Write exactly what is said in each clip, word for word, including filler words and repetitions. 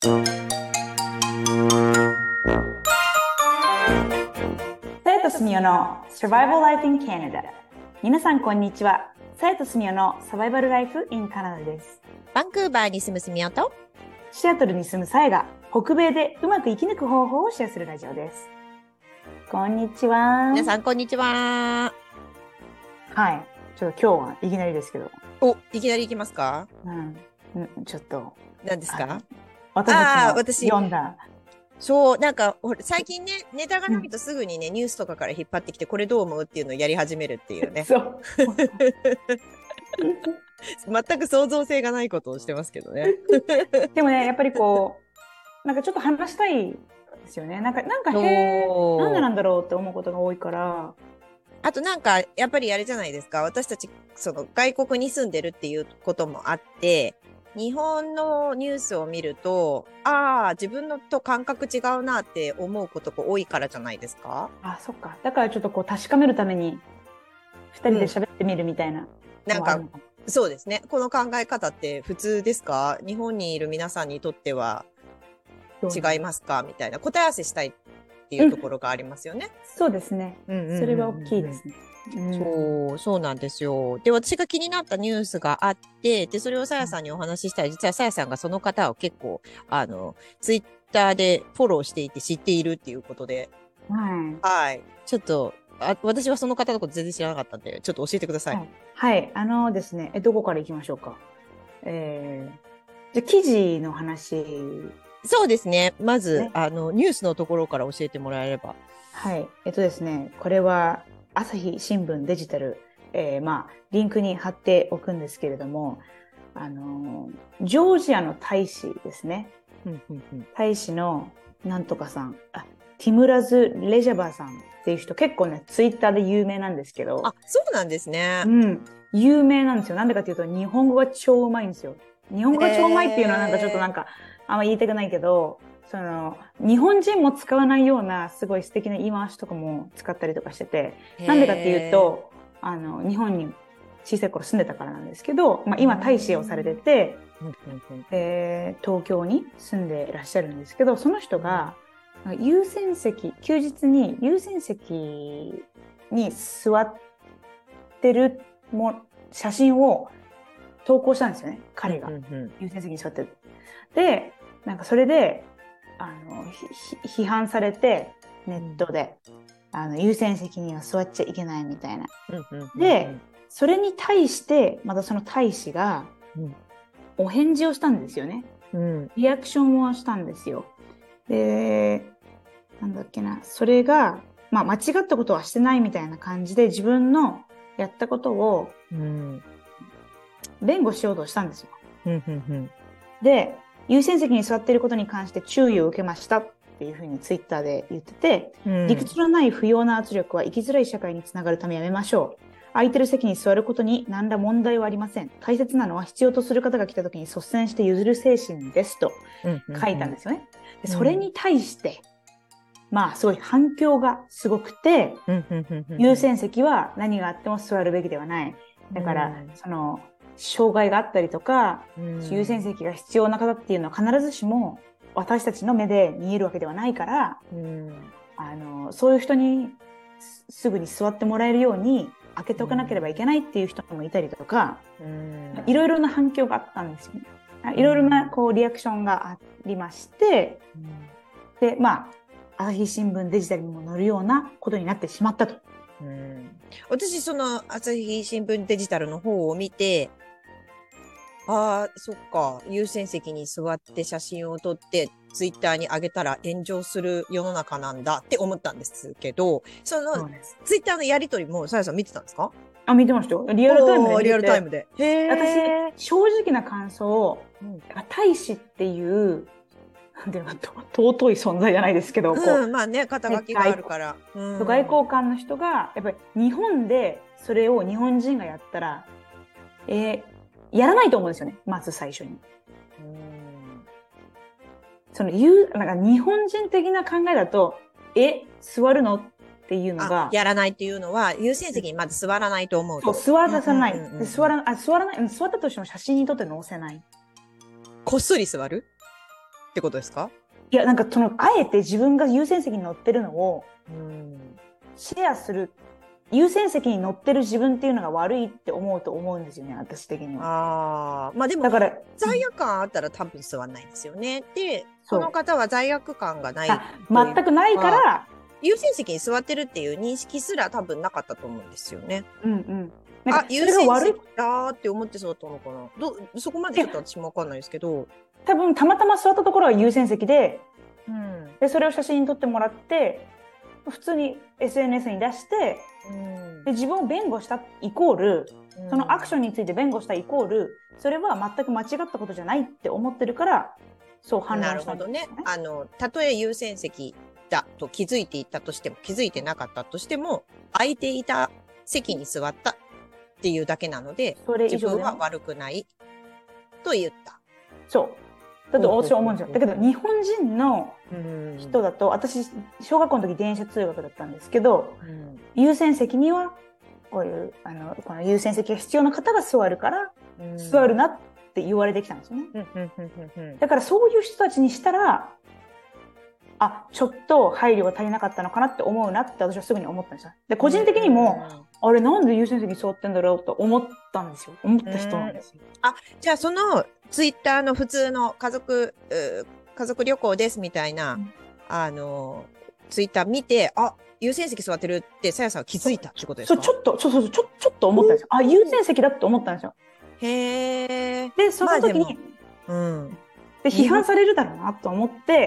さやとすみおの Survival Life in Canada。 皆さんこんにちは。さやとすみおのサバイバルライフ in Canada です。 バンクーバーに住むすみおとシアトルに住むさやが北米でうまく生き抜く方法をシェアするラジオです。こんにちは。 皆さんこんにちは。 はい、ちょっと今日はいきなりですけど、 お、いきなりいきますか？ うん、ちょっと何ですか？ 私ああ、 たち私の読んだ、 そう、なんか、ほら最近ね、ネタがないとすぐにね、うん、ニュースとかから引っ張ってきて、これどう思うっていうのをやり始めるっていうね。 そう。 全く創造性がないことをしてますけどね。 でもね、やっぱりこう、なんかちょっと話したいですよね。なんか、なんか、へー、なんでなんだろうって思うことが多いから。 あとなんか、やっぱりあれじゃないですか。私たち、その外国に住んでるっていうこともあって、日本のニュースを見ると、ああ、自分のと感覚違うなって思うことが多いからじゃないですか？ あ、そっか。だからちょっとこう確かめるために、二人で喋ってみるみたいな、うん。 なんか、そうですね。この考え方って普通ですか？日本にいる皆さんにとっては違いますか？みたいな答え合わせしたいっていうところがありますよね。 うん、そうですね。それは大きいですね。 うん、そう、そうなんですよ。で、私が気になったニュースがあって、で、それをさやさんにお話ししたら、実はさやさんがその方を結構、あの、ツイッターでフォローしていて知っているっていうことで、 はい。 はい。ちょっと、あ、私はその方のこと全然知らなかったんで、ちょっと教えてください。 はい。はい、あのですね、え、どこから行きましょうか。えー、じゃ記事の話。 そうですね。まず、 ね、 あの、ニュースのところから教えてもらえれば。 はい。えっとですね、これは、朝日新聞デジタル、えー、まあ、リンクに貼っておくんですけれども、あの、ジョージアの大使ですね。大使のなんとかさん、あ、ティムラズ・レジャバーさんっていう人、結構ね、ツイッターで有名なんですけど。 あ、そうなんですね。 うん。有名なんですよ。なんでかっていうと、日本語が超うまいんですよ。日本語が超うまいっていうのはなんかちょっとなんか、あんま言いたくないけど、その、日本人も使わないようなすごい素敵な言い回しとかも使ったりとかしてて、なんでかっていうと、あの、日本に小さい頃住んでたからなんですけど、まあ今大使をされてて、えー、東京に住んでいらっしゃるんですけど、その人が、優先席、休日に優先席に座ってるも写真を投稿したんですよね、彼が。優先席に座ってる。で、なんかそれで、あの、批判されて、ネットで、あの、優先席には座っちゃいけないみたいな。で、それに対して、またその大使が、お返事をしたんですよね。うん、リアクションをしたんですよ。で、なんだっけな、それが、まあ、間違ったことはしてないみたいな感じで、自分のやったことを、弁護しようとしたんですよ。で、優先席に座っていることに関して注意を受けましたっていうふうにツイッターで言ってて、うん、理屈のない不要な圧力は生きづらい社会につながるためやめましょう。空いてる席に座ることに何ら問題はありません。大切なのは必要とする方が来た時に率先して譲る精神ですと書いたんですよね。でそれに対して、まあすごい反響がすごくて、優先席は何があっても座るべきではない。だから、その、障害があったりとか、優先席が必要な方っていうのは必ずしも私たちの目で見えるわけではないから、あの、そういう人にすぐに座ってもらえるように、開けておかなければいけないっていう人もいたりとか、いろいろな反響があったんですよね。いろいろなこうリアクションがありまして、で、まあ、朝日新聞デジタルにも載るようなことになってしまったと。 うん、私、その朝日新聞デジタルの方を見て、ああ、そっか、優先席に座って写真を撮って、ツイッターに上げたら炎上する世の中なんだって思ったんですけど、そのツイッターのやりとりもさやさん見てたんですか？ あ、見てましたよ。リアルタイムで見てて。 リアルタイムで。 へー。私、正直な感想、うん、大使っていう、なんていうのか、尊い存在じゃないですけど、こう、 うん、まあね、肩書きがあるから。 うん、外交官の人が、やっぱり日本でそれを日本人がやったら、えー、やらないと思うんですよね、まず最初に。うんその言う、なんか日本人的な考えだと、え、座るのっていうのが。 やらないっていうのは、優先席にまず座らないと思うと。 そう、座らさない。座ら、あ、座らない、座ったとしても写真に撮って載せない。 こっそり座る？ てことですか？ いや、なんかその、あえて自分が優先席に乗ってるのをうん。 シェアする、優先席に乗ってる自分っていうのが悪いって思うと思うんですよね、私的には。 ああ、まあでも、 だから、 罪悪感あったら多分座んないんですよね。で、こそう。 の方は罪悪感がないあ、 という全くないかか、 ら、 優先席に座ってるっていう認識すら多分なかったと思うんですよね。 うんうん。なんあ、 か、そ優れが悪い、 先席だーって思ってそうだったのかな。どう、そこまでちょっと私もわかんないですけど。 多分たまたま座ったところは優先席で、 うん。 で、それを写真に撮ってもらって、普通に エスエヌエス に出して、 うん。 で、自分を弁護したイコール、そのアクションについて弁護したイコール、それは全く間違ったことじゃないって思ってるから、そう反な論したんですよね。 るほどね。あの、たとえ優先席だと気づいていたとしても、気づいてなかったとしても、空いていた席に座ったっていうだけなので、 それ以自分上でも。 は悪くないと言った。 そう。だって私は思うんですよ。だけど日本人の人だ。 だと、私、小学校の時電車通学だったんですけど、 うん、 優先席には、こういう、あの、この優先席が必要な方が座るから、 うん、 座るなって言われてきたんですよね。だからそういう人たちにしたら、あ、ちょっと配慮が足りなかったのかなって思うなって私はすぐに思ったんですよ。で、個人的にも、あれなんで優先席座ってんだろうと思ったんですよ。思った人なんですよ。 あ、じゃあそのツイッターの普通の家族、家族旅行ですみたいな、うん、あの、ツイッター見て、あ、優先席座ってるってさやさんは気づいたってことですか？ そう、ちょっと、そうそうそう、ちょ、ちょっと思ったんですよ。あ、優先席だって思ったんですよ。 へー。 で、その時に、 まあ、うん。 で、批判されるだろうなと思って、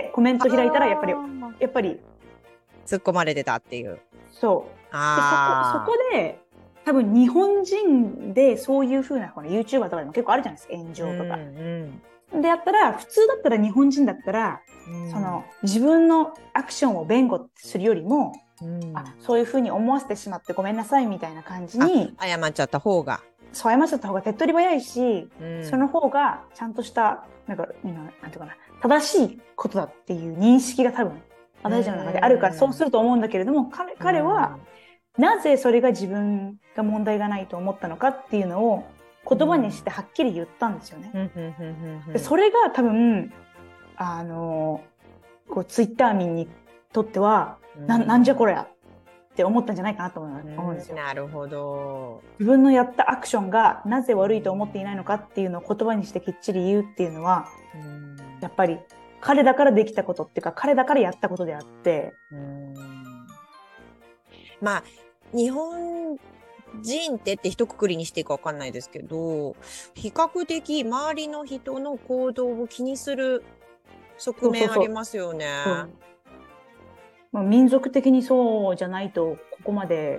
コメント開いたら、やっぱり、やっぱり、 突っ込まれてたっていう。 そう。 あで、そこ、そこで、多分日本人でそういう風な、この YouTuber とかでも結構あるじゃないですか、炎上とか。うんうん、で、やったら、普通だったら日本人だったら、うん、その、自分のアクションを弁護するよりも、うん、あ、そういう風に思わせてしまってごめんなさいみたいな感じに。 謝っちゃった方が。 そう、謝っちゃった方が手っ取り早いし、うん、その方がちゃんとした、なんか、なんていうかな、正しいことだっていう認識が多分、私たちの中であるから、そうすると思うんだけれども、彼、彼は、なぜそれが自分が問題がないと思ったのかっていうのを言葉にしてはっきり言ったんですよね。でそれが多分、あの、こう、ツイッター民にとっては、な、なんじゃこりゃって思ったんじゃないかなと思うんですよ。 なるほど。 自分のやったアクションがなぜ悪いと思っていないのかっていうのを言葉にしてきっちり言うっていうのは、やっぱり彼だからできたことっていうか、彼だからやったことであって、 まあ、日本人ってって一括りにしていいかわかんないですけど、比較的周りの人の行動を気にする側面ありますよね。そうそうそう、 まあ、民族的にそうじゃないと、ここまで。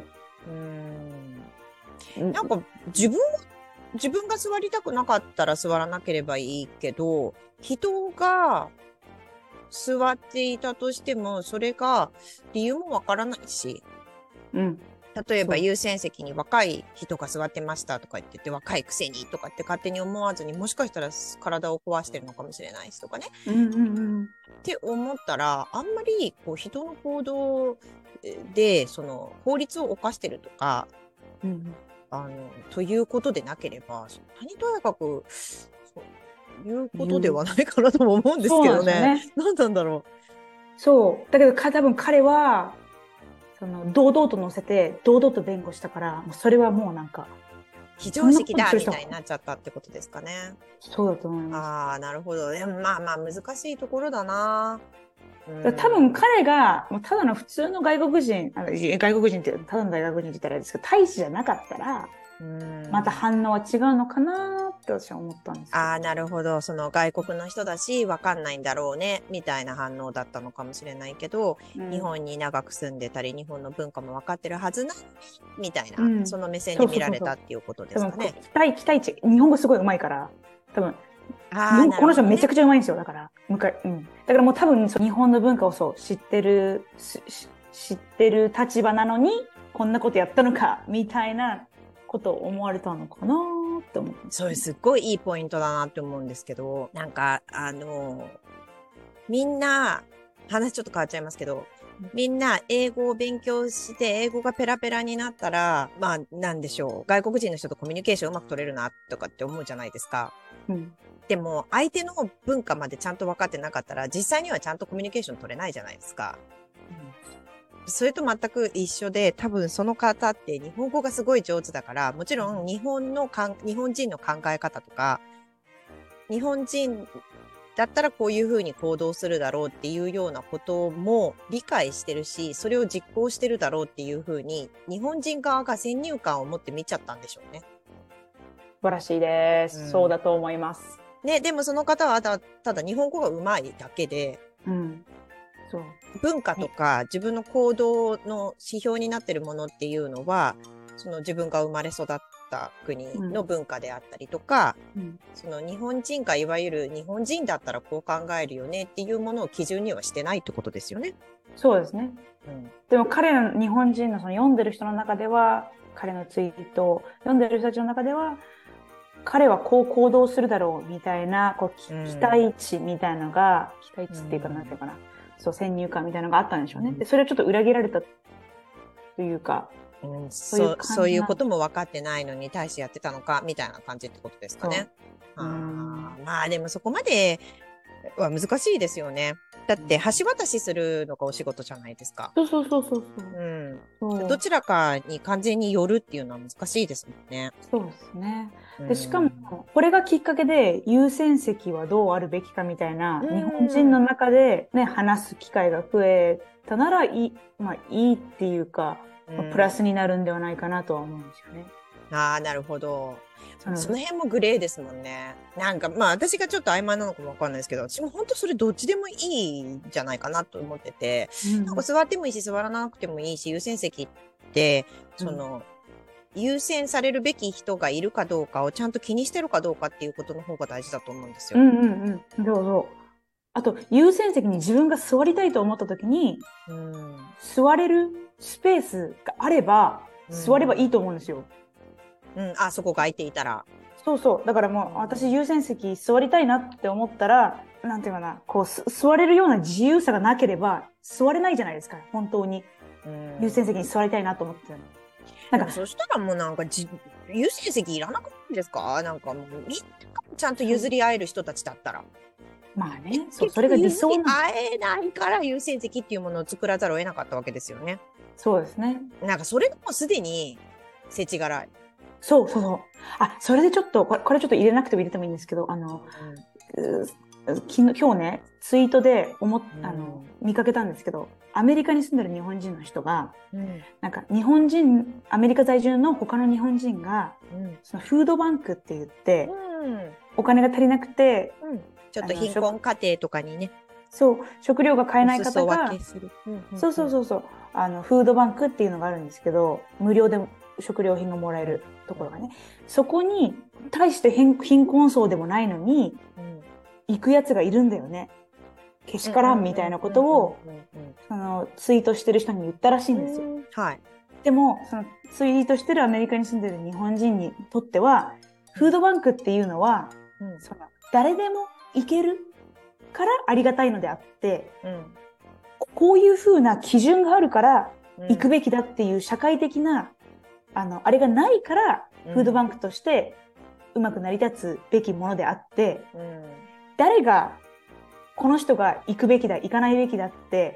うん。なんか、自分は、自分が座りたくなかったら座らなければいいけど、人が座っていたとしても、それが理由もわからないし、 うん、 例えば優先席に若い人が座ってましたとか言ってて、若いくせにとかって勝手に思わずに、もしかしたら体を壊してるのかもしれないしとかね。 うんうんうん、 って思ったら、あんまりこう人の行動でその法律を犯してるとか、うん、あのということでなければ、そんなにとやかくそういうことではないかなとも思うんですけどね。何なんだろう。 そう。だけどか多分彼はその堂々と乗せて堂々と弁護したから、もうそれはもうなんか非常識だみたいになっちゃったってことですかね。 そうだと思います。 ああ、なるほど。でもまあまあ難しいところだな。 うん、多分彼がもうただの普通の外国人、あの外国人ってただの外国人って言ったらあれですけど、大使じゃなかったら、うんまた反応は違うのかなって私は思ったんですけど。 ああ、なるほど。その外国の人だし、わかんないんだろうね、みたいな反応だったのかもしれないけど、うん、日本に長く住んでたり、日本の文化も分かってるはずな、みたいな、うん、その目線で見られたっていうことですかね。 期待、期待値、日本語すごい上手いから、多分、あこの人めちゃくちゃ上手いんですよ、だから。向かい、うん。だからもう多分、日本の文化をそう、知ってる、知ってる立場なのに、こんなことやったのか、みたいな、ことを思われたのかなって思って。 それすっごいいいポイントだなって思うんですけど、なんか、あの、みんな、話ちょっと変わっちゃいますけど、みんな英語を勉強して英語がペラペラになったら、まあなんでしょう、外国人の人とコミュニケーションうまく取れるなとかって思うじゃないですか。 うん。 でも、相手の文化までちゃんと分かってなかったら、実際にはちゃんとコミュニケーション取れないじゃないですか。それと全く一緒で、多分その方って日本語がすごい上手だから、もちろん日本のかん、日本人の考え方とか、日本人だったらこういうふうに行動するだろうっていうようなことも理解してるし、それを実行してるだろうっていうふうに、日本人側が先入観を持って見ちゃったんでしょうね。 素晴らしいです。 うん、 そうだと思います。 ね、でもその方はたただ日本語が上手いだけで、 うん。そう。 文化とか自分の行動の指標になってるものっていうのは、その自分が生まれ育った国の文化であったりとか、うん、その日本人がいわゆる日本人だったらこう考えるよねっていうものを基準にはしてないってことですよね。 そうですね。うん、でも彼の日本人のその読んでる人の中では、彼のツイートを読んでる人たちの中では、彼はこう行動するだろうみたいなこう、うん、期待値みたいなのが、期待値っていうかなんていうかな、うん、そう先入観みたいなのがあったんでしょうね。でそれをちょっと裏切られたというか、 うん、そういうそういうことも分かってないのに対してやってたのかみたいな感じってことですかね。あ、まあでもそこまでは難しいですよね。だって橋渡しするのがお仕事じゃないですか。 そうそうそうそうそう。 うん。どちらかに完全によるっていうのは難しいですもんね。 そうですね。でしかもこれがきっかけで優先席はどうあるべきかみたいな日本人の中でね話す機会が増えたならいい、まあいいっていうか、まあ、プラスになるんではないかなとは思うんですよね。 ああ、なるほど。その辺もグレーですもんね。なんか、まあ私がちょっと曖昧なのかもわかんないですけど、私も本当それどっちでもいいんじゃないかなと思ってて、うん、なんか座ってもいいし座らなくてもいいし、優先席って、その、うん、優先されるべき人がいるかどうかをちゃんと気にしてるかどうかっていうことの方が大事だと思うんですよ。 うんうんうん。どうぞ。あと、優先席に自分が座りたいと思った時に、うん、座れるスペースがあれば、座ればいいと思うんですよ。 うん、あ、そこが空いていたら。 そうそう。だからもう、私優先席座りたいなって思ったら、なんていうかな、こう、座れるような自由さがなければ、座れないじゃないですか、本当に。優先席に座りたいなと思ってるの。 なんか、そしたらもうなんかじ、優先席いらなくないですか？なんかもう、ちゃんと譲り合える人たちだったら。 まあね、そう、それが理想な。会えないから優先席っていうものを作らざるを得なかったわけですよね。 そうですね。 なんか、それがもうすでに、世知辛い。 そうそうそう。あ、それでちょっと、これ、これちょっと入れなくても入れてもいいんですけど、あの、うん、昨日、今日ね、ツイートで思っ、あの、見かけたんですけど、アメリカに住んでる日本人の人が、うん、なんか日本人、アメリカ在住の他の日本人が、うん、そのフードバンクって言って、うん、お金が足りなくて、 うん、ちょっと貧困家庭とかにね。 そう、食料が買えない方が、そうそうそうそう、あの、フードバンクっていうのがあるんですけど、無料で食料品がもらえるところがね、そこに対して貧困層でもないのに、うん、行くやつがいるんだよね。けしからんみたいなことを、そのツイートしてる人に言ったらしいんですよ。 はい。 でも、そのツイートしてるアメリカに住んでる日本人にとっては、フードバンクっていうのは、うん、その誰でも行けるからありがたいのであって、うん、こういう風な基準があるから行くべきだっていう社会的な、あの、あれがないから、フードバンクとしてうまく成り立つべきものであって、うん、誰がこの人が行くべきだ、行かないべきだって、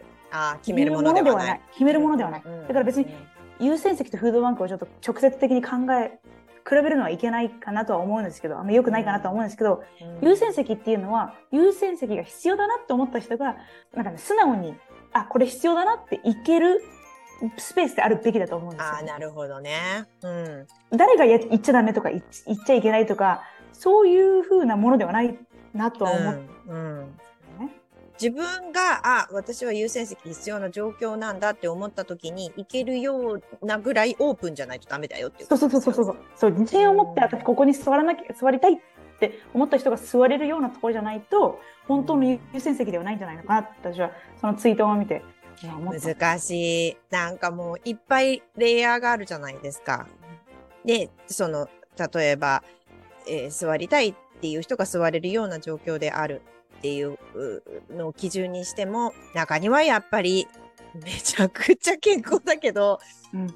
あ決めるものではない。 決めるものではない。だから別に優先席とフードバンクをちょっと直接的に考え、比べるのはいけないかなとは思うんですけど、あんま良くないかなとは思うんですけど、うん、優先席っていうのは、優先席が必要だなって思った人が、なんかね、素直に、あ、これ必要だなっていけるスペースであるべきだと思うんですよ。 あ、なるほどね。うん。 誰が言っちゃダメとか言っちゃいけないとか、そういう風なものではないなとは思う。うん。うん自分が、あ、私は優先席必要な状況なんだって思った時に行けるようなぐらいオープンじゃないとダメだよっていうことですよ。 そうそうそうそう。そう、自信を持って私ここに座らなきゃ、座りたいって思った人が座れるようなところじゃないと、本当の優先席ではないんじゃないのかなって私はそのツイートを見て思った。 難しい。なんかもういっぱいレイヤーがあるじゃないですか。で、その、例えば、えー、座りたいっていう人が座れるような状況である。っていうのを基準にしても中にはやっぱりめちゃくちゃ健康だけど、うん、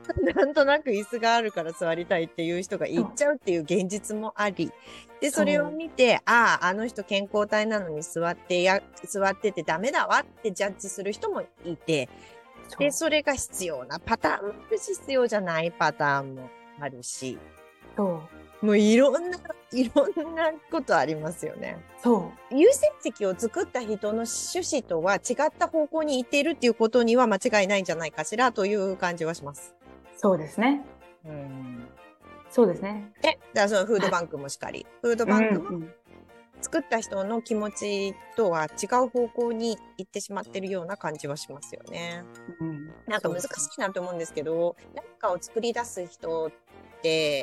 なんとなく椅子があるから座りたいっていう人が行っちゃうっていう現実もあり、で、それを見て、ああ、あの人健康体なのに座ってや、座っててダメだわってジャッジする人もいて、で、それが必要なパターンもあるし、必要じゃないパターンもあるし、 そう。 もういろんな、いろんなことありますよね。 そう。 優先席を作った人の趣旨とは違った方向に行っているっていうことには間違いないんじゃないかしらという感じはします。 そうですね。 うん。 そうですね。 で、だからそのフードバンクもしっかり。フードバンクも作った人の気持ちとは違う方向に行ってしまってるような感じはしますよね。うん、なんか難しいなと思うんですけど、何かを作り出す人って、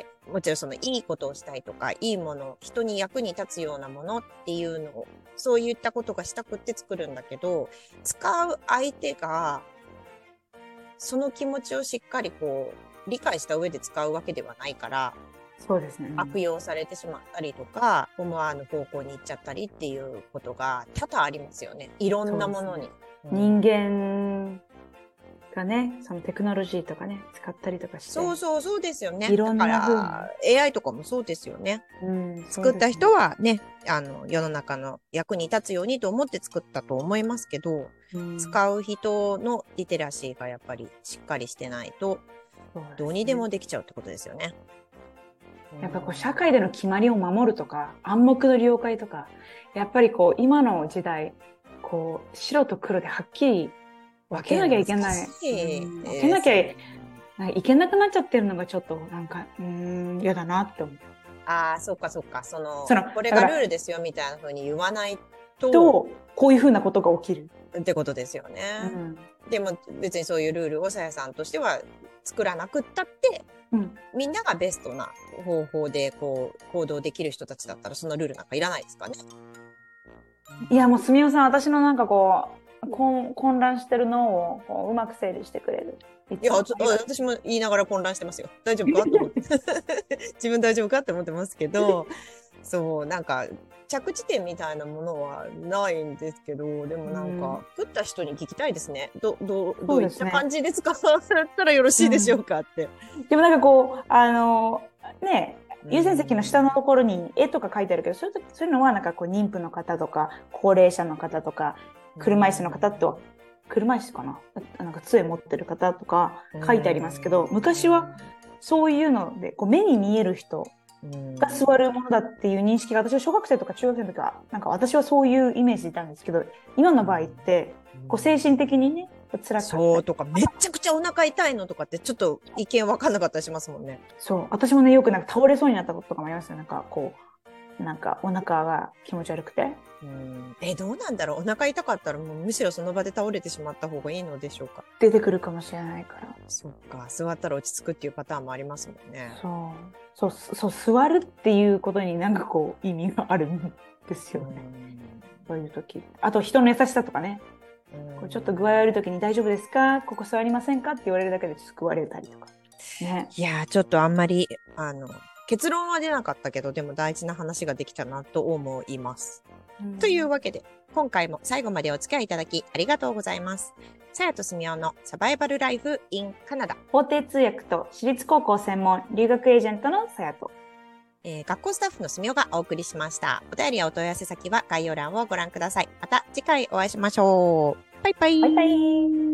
もちろんそのいいことをしたいとか、いいもの、人に役に立つようなものっていうのを、そういったことがしたくって作るんだけど、使う相手が、その気持ちをしっかりこう、理解した上で使うわけではないから、 そうですね。 悪用されてしまったりとか、思わぬ方向に行っちゃったりっていうことが多々ありますよね。いろんなものに。 うん、人間がね、そのテクノロジーとかね、使ったりとかして。 そうそうそうですよね。 いろんなだから エーアイ とかもそうですよね。うん、作った人はね、あの、世の中の役に立つようにと思って作ったと思いますけど、うん、使う人のリテラシーがやっぱりしっかりしてないと、どうにでもできちゃうってことですよね。 やっぱこう社会での決まりを守るとか、暗黙の了解とか、やっぱりこう今の時代、こう白と黒ではっきり分けなきゃいけない。うん、分けなきゃいけなくなっちゃってるのがちょっとなんか、うーん、嫌だなって思う。 ああ、そっかそっか。その、そのこれがルールですよみたいな風に言わないと。 と、こういう風なことが起きる。 ってことですよね。うん、でも別にそういうルールをさやさんとしては作らなくったって、うん、みんながベストな方法でこう行動できる人たちだったらそのルールなんかいらないですかね。 いやもうすみおさん、私のなんかこう混混乱してるのをこううまく整理してくれる。 いや私も言いながら混乱してますよ。大丈夫かと思って自分大丈夫かって思ってますけど、そうなんか着地点みたいなものはないんですけど、でもなんか作った人に聞きたいですね。どどどういった感じで使われたらよろしいでしょうかって。 うん、でもなんかこうあのね。優先席の下のところに絵とか書いてあるけど、そういうそういうのはなんかこう妊婦の方とか高齢者の方とか車椅子の方と車椅子かななんか杖持ってる方とか書いてありますけど、昔はそういうのでこう目に見える人が座るものだっていう認識が、私は小学生とか中学生の時はなんか私はそういうイメージでいたんですけど、今の場合ってこう精神的にね辛かったそうとかめちゃくちゃお腹痛いのとかってちょっと意見分かんなかったりしますもんね。 そう私もねよくなんか倒れそうになったこととかもありますよ。なんかこうなんかお腹が気持ち悪くて。 うんえどうなんだろう、お腹痛かったらもうむしろその場で倒れてしまった方がいいのでしょうか。 出てくるかもしれないから。 そっか、座ったら落ち着くっていうパターンもありますもんね。 そうそうそう座るっていうことになんかこう意味があるんですよね。そういう時、あと人の優しさとかね。こうちょっと具合悪い時に大丈夫ですか、ここ座りませんかって言われるだけで救われたりとか、ね、 いやちょっとあんまりあの結論は出なかったけど、でも大事な話ができたなと思います、うん、というわけで今回も最後までお付き合いいただきありがとうございます。さやとすみおのサバイバルライフ in カナダ、 法廷通訳と私立高校専門留学エージェントのさやと、 えー、学校スタッフのすみおがお送りしました。お便りやお問い合わせ先は概要欄をご覧ください。また次回お会いしましょう。バイバイ。 バイバイ。